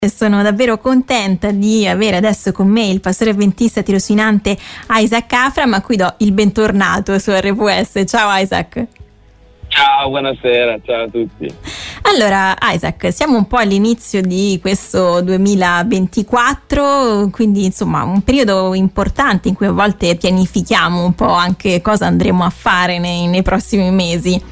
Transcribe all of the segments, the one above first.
Sono davvero contenta di avere adesso con me il pastore avventista tirosinante Isaac Afram, a cui do il bentornato su RVS. Ciao Isaac. Ciao, buonasera, ciao a tutti. Allora Isaac, siamo un po' all'inizio di questo 2024, quindi insomma un periodo importante in cui a volte pianifichiamo un po' anche cosa andremo a fare nei prossimi mesi.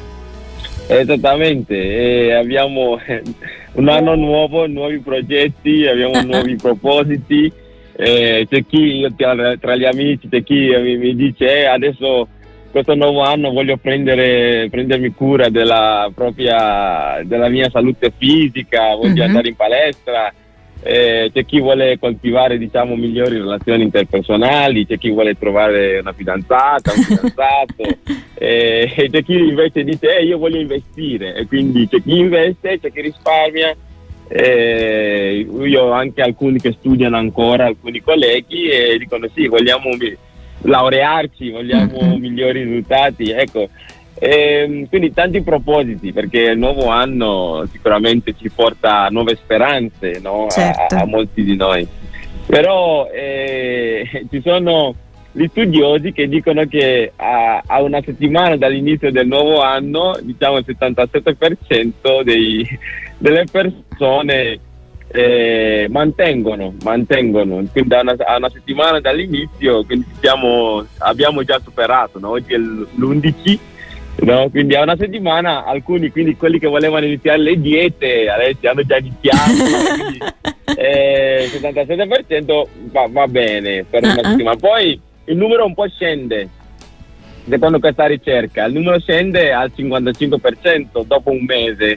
Esattamente, abbiamo un anno nuovo, nuovi progetti, abbiamo nuovi propositi, c'è chi tra gli amici, c'è chi mi dice adesso questo nuovo anno voglio prendermi cura della mia salute fisica, voglio andare in palestra, c'è chi vuole coltivare migliori relazioni interpersonali, c'è chi vuole trovare una fidanzata, un fidanzato, c'è chi invece dice io voglio investire, e quindi c'è chi investe, c'è chi risparmia. Io ho anche alcuni che studiano ancora, alcuni colleghi, e dicono sì, vogliamo laurearci, vogliamo migliori risultati, ecco. Quindi tanti propositi, perché il nuovo anno sicuramente ci porta nuove speranze, no? Certo. a molti di noi, però ci sono gli studiosi che dicono che a una settimana dall'inizio del nuovo anno, il 77% delle persone mantengono, quindi a una settimana dall'inizio, quindi abbiamo già superato, no? Oggi è l'11, no? Quindi a una settimana alcuni, quindi quelli che volevano iniziare le diete adesso hanno già iniziato, quindi il 77% va bene per una settimana. Poi il numero un po' scende, secondo questa ricerca, il numero scende al 55% dopo un mese.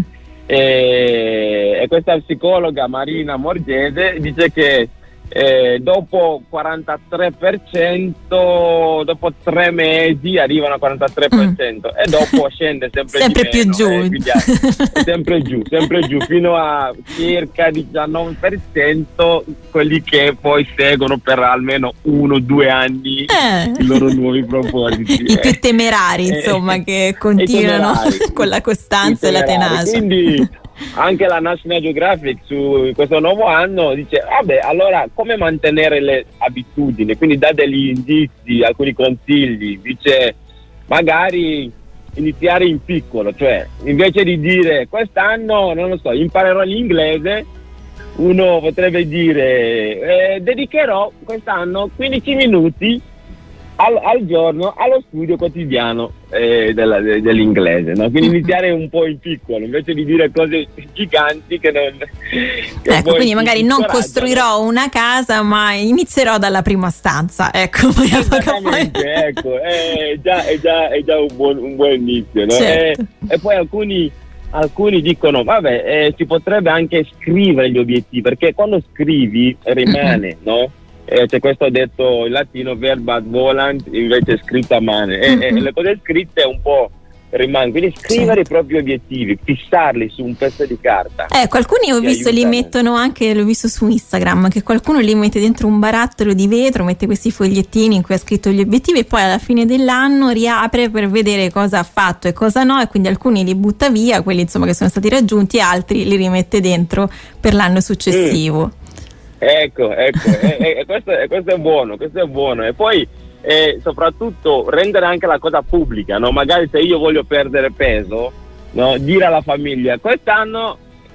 E questa psicologa Marina Morgese dice che dopo 43%, dopo 3 mesi arrivano a 43%, e dopo scende sempre più meno, giù, sempre giù fino a circa 19% quelli che poi seguono per almeno 1-2 anni i loro nuovi propositi, i più temerari, insomma, che continuano con la costanza e la tenacia. Quindi anche la National Geographic su questo nuovo anno dice vabbè, allora come mantenere le abitudini, quindi dà degli indizi, alcuni consigli, dice magari iniziare in piccolo, cioè invece di dire quest'anno non lo so, imparerò l'inglese, uno potrebbe dire dedicherò quest'anno 15 minuti al giorno allo studio quotidiano dell'inglese, no? Quindi iniziare un po' in piccolo, invece di dire cose giganti che non... ecco, quindi magari non costruirò una casa, ma inizierò dalla prima stanza, ecco. Esattamente, ecco, è già un buon inizio, no? Certo. E poi alcuni dicono vabbè, si potrebbe anche scrivere gli obiettivi, perché quando scrivi rimane, no? C'è questo detto in latino, verba volant, invece scritto a mano, e le cose scritte un po' rimangono, quindi scrivere i propri obiettivi, fissarli su un pezzo di carta. Alcuni ho visto li mettono anche, l'ho visto su Instagram, che qualcuno li mette dentro un barattolo di vetro, mette questi fogliettini in cui ha scritto gli obiettivi, e poi alla fine dell'anno riapre per vedere cosa ha fatto e cosa no, e quindi alcuni li butta via, quelli insomma che sono stati raggiunti, e altri li rimette dentro per l'anno successivo. Ecco, questo è buono, e poi soprattutto rendere anche la cosa pubblica, no? Magari se io voglio perdere peso, no? Dire alla famiglia quest'anno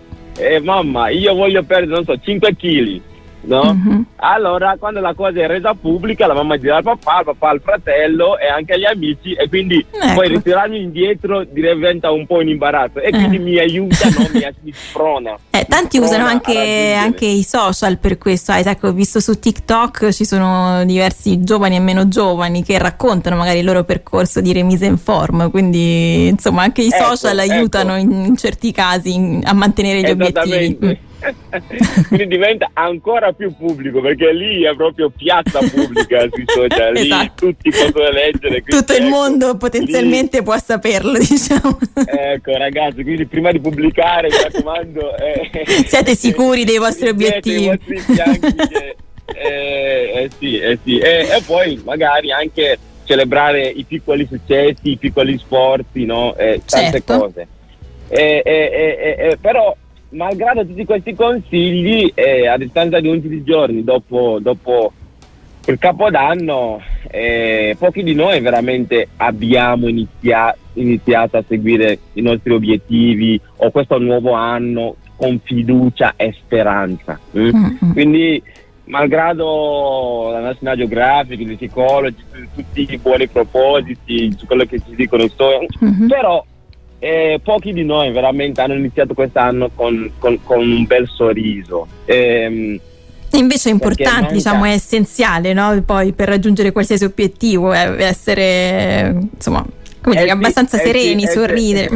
mamma, io voglio perdere, non so, 5 kg, no? Allora quando la cosa è resa pubblica, la mamma dirà al papà, al fratello e anche agli amici, e quindi poi ritirarmi indietro diventa un po' in imbarazzo, e quindi mi aiuta, no? mi sprona. Tanti usano anche i social per questo, Isaac. Ho visto su TikTok ci sono diversi giovani e meno giovani che raccontano magari il loro percorso di remise in forma, quindi insomma anche i social aiutano in certi casi a mantenere gli obiettivi. Quindi diventa ancora più pubblico, perché lì è proprio piazza pubblica sui social, lì tutti possono leggere, tutto il mondo potenzialmente può saperlo, diciamo. Ecco ragazzi, quindi prima di pubblicare, mi raccomando, siete sicuri dei vostri obiettivi, i vostri fianchi, sì. E poi magari anche celebrare i piccoli successi, i piccoli sforzi, no? Tante cose, però malgrado tutti questi consigli, a distanza di 11 giorni dopo il Capodanno, pochi di noi veramente abbiamo iniziato a seguire i nostri obiettivi o questo nuovo anno con fiducia e speranza. Quindi, malgrado la National Geographic, gli psicologi, tutti i buoni propositi, su quello che ci dicono, però pochi di noi veramente hanno iniziato quest'anno con un bel sorriso. Invece è importante, diciamo, è essenziale, no? Poi per raggiungere qualsiasi obiettivo essere, insomma, come dire, abbastanza sereni, sorridere.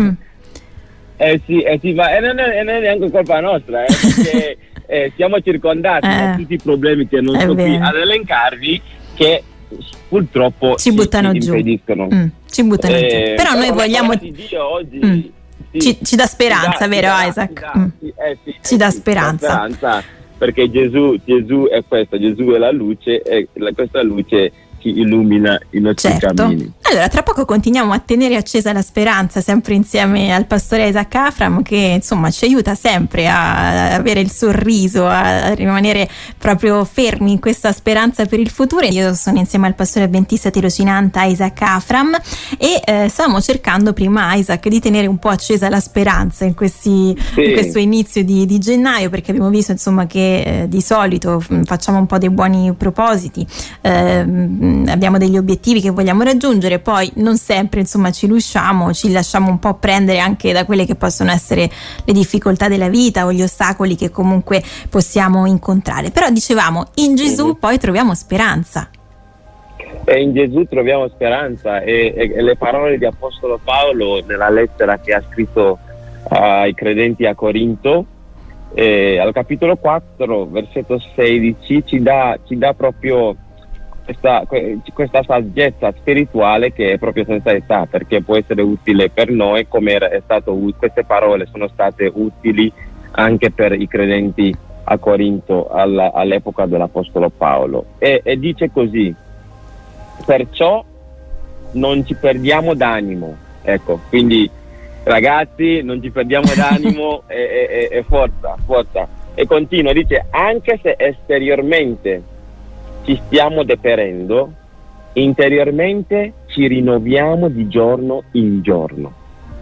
Sì, ma non è neanche colpa nostra, perché siamo circondati da tutti i problemi che non sto qui ad elencarvi, che purtroppo ci buttano giù. Ci buttano giù. Però noi vogliamo. Dio oggi ci dà speranza, vero Isaac? Ci dà speranza. Perché Gesù è questo, Gesù è la luce, e questa luce ci illumina i nostri cammini. Allora, tra poco continuiamo a tenere accesa la speranza, sempre insieme al pastore Isaac Afram, che insomma ci aiuta sempre a avere il sorriso, a rimanere proprio fermi in questa speranza per il futuro. Io sono insieme al pastore avventista tirocinante Isaac Afram e stavamo cercando prima, Isaac, di tenere un po' accesa la speranza in questo inizio di gennaio, perché abbiamo visto insomma che di solito facciamo un po' dei buoni propositi, abbiamo degli obiettivi che vogliamo raggiungere, poi non sempre insomma ci lasciamo un po' prendere anche da quelle che possono essere le difficoltà della vita o gli ostacoli che comunque possiamo incontrare. Però dicevamo, in Gesù poi troviamo speranza. E in Gesù troviamo speranza, e le parole di Apostolo Paolo nella lettera che ha scritto ai credenti a Corinto, al capitolo 4 versetto 16 ci dà proprio questa saggezza spirituale che è proprio senza età, perché può essere utile per noi come è stato queste parole sono state utili anche per i credenti a Corinto all'epoca dell'Apostolo Paolo, e dice così: perciò non ci perdiamo d'animo. Ecco, quindi ragazzi, non ci perdiamo d'animo, e forza, e continua, dice: anche se esteriormente ci stiamo deperendo, interiormente ci rinnoviamo di giorno in giorno.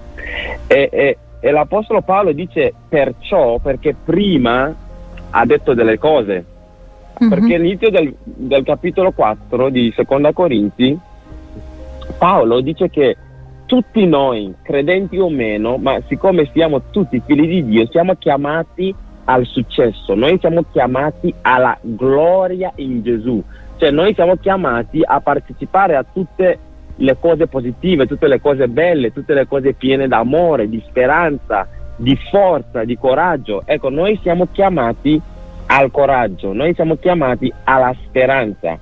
E l'Apostolo Paolo dice perciò, perché prima ha detto delle cose, perché all'inizio del capitolo 4 di Seconda Corinzi Paolo dice che tutti noi, credenti o meno, ma siccome siamo tutti figli di Dio, siamo chiamati al successo, noi siamo chiamati alla gloria in Gesù, cioè noi siamo chiamati a partecipare a tutte le cose positive, tutte le cose belle, tutte le cose piene d'amore, di speranza, di forza, di coraggio. Ecco, noi siamo chiamati al coraggio, noi siamo chiamati alla speranza,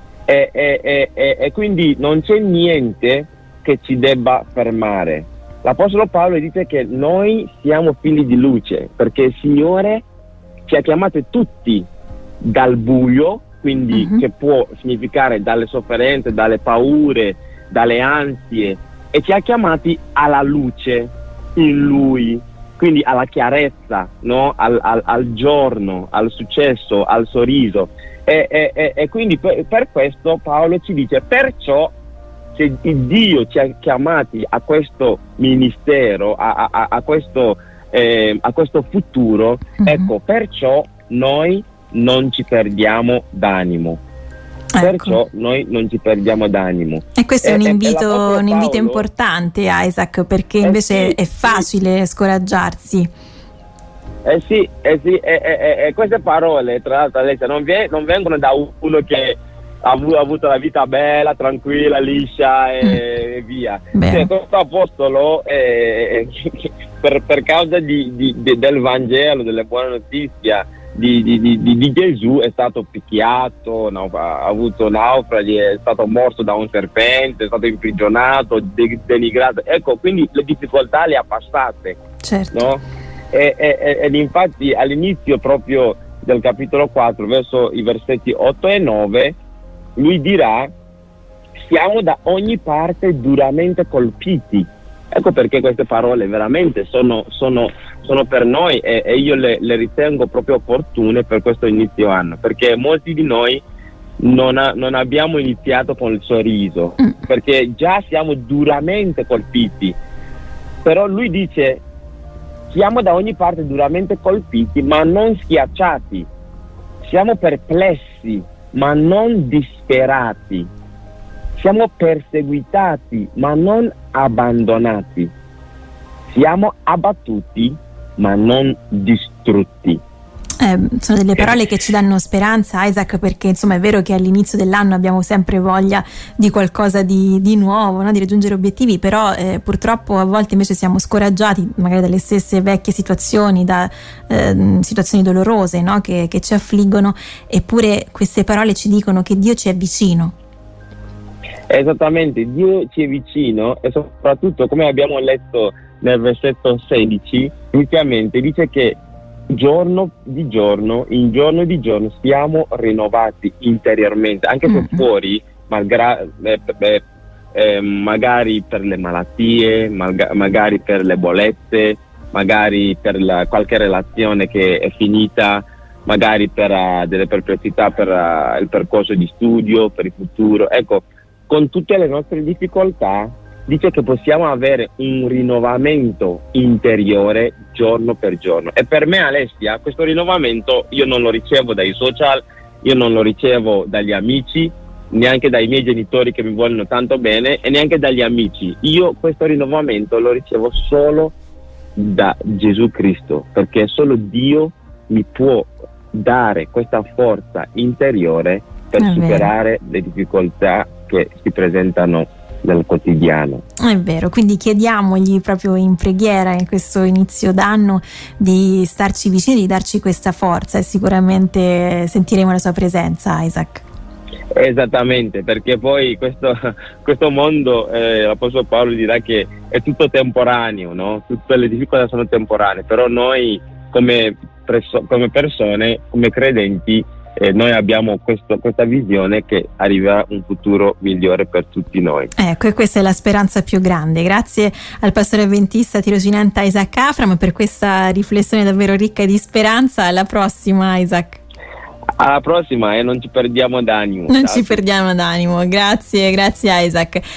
e quindi non c'è niente che ci debba fermare. L'Apostolo Paolo dice che noi siamo figli di luce, perché il Signore ci ha chiamati tutti dal buio, quindi che può significare dalle sofferenze, dalle paure, dalle ansie, e ci ha chiamati alla luce in Lui, quindi alla chiarezza, no? al giorno, al successo, al sorriso, e quindi per questo Paolo ci dice: perciò se Dio ci ha chiamati a questo ministero, a questo futuro, ecco, perciò noi non ci perdiamo d'animo. Ecco. Perciò noi non ci perdiamo d'animo. E questo è un invito importante, Isaac, perché invece è facile scoraggiarsi. Sì, queste parole, tra l'altro, Alessia, non vengono da uno che ha avuto la vita bella, tranquilla, liscia e via. Cioè, questo apostolo per causa del Vangelo, delle buone notizie di Gesù, è stato picchiato, ha avuto naufragi, è stato morso da un serpente, è stato imprigionato, denigrato. Ecco, quindi le difficoltà le ha passate. Certo. No? Ed infatti all'inizio proprio del capitolo 4, verso i versetti 8 e 9, lui dirà: siamo da ogni parte duramente colpiti, Ecco perché queste parole veramente sono per noi e io le ritengo proprio opportune per questo inizio anno, perché molti di noi non abbiamo iniziato con il sorriso, perché già siamo duramente colpiti, però lui dice siamo da ogni parte duramente colpiti ma non schiacciati, siamo perplessi ma non disperati, siamo perseguitati ma non abbandonati, siamo abbattuti ma non distrutti. Sono delle parole che ci danno speranza, Isaac, perché insomma è vero che all'inizio dell'anno abbiamo sempre voglia di qualcosa di nuovo, no? Di raggiungere obiettivi, però purtroppo a volte invece siamo scoraggiati magari dalle stesse vecchie situazioni, da situazioni dolorose, no? che ci affliggono, eppure queste parole ci dicono che Dio ci è vicino. Esattamente, Dio ci è vicino e soprattutto, come abbiamo letto nel versetto 16, inizialmente dice che giorno di giorno siamo rinnovati interiormente, anche se fuori, magari per le malattie, magari per le bollette, magari per qualche relazione che è finita, magari per delle perplessità per il percorso di studio, per il futuro. Ecco, con tutte le nostre difficoltà dice che possiamo avere un rinnovamento interiore giorno per giorno. E per me, Alessia, questo rinnovamento io non lo ricevo dai social, io non lo ricevo dagli amici, neanche dai miei genitori che mi vogliono tanto bene e neanche dagli amici. Io questo rinnovamento lo ricevo solo da Gesù Cristo, perché solo Dio mi può dare questa forza interiore per superare le difficoltà che si presentano nel quotidiano. È vero, quindi chiediamogli proprio in preghiera in questo inizio d'anno di starci vicini, di darci questa forza, e sicuramente sentiremo la sua presenza, Isaac. Esattamente, perché poi questo mondo, l'Apostolo Paolo dirà che è tutto temporaneo, no? Tutte le difficoltà sono temporanee, però noi come persone, come credenti, noi abbiamo questa visione che arriverà un futuro migliore per tutti noi. Ecco, e questa è la speranza più grande. Grazie al pastore avventista tirocinante Isaac Afram per questa riflessione davvero ricca di speranza. Alla prossima, Isaac. Alla prossima, non ci perdiamo d'animo. Non ci perdiamo d'animo. Grazie Isaac.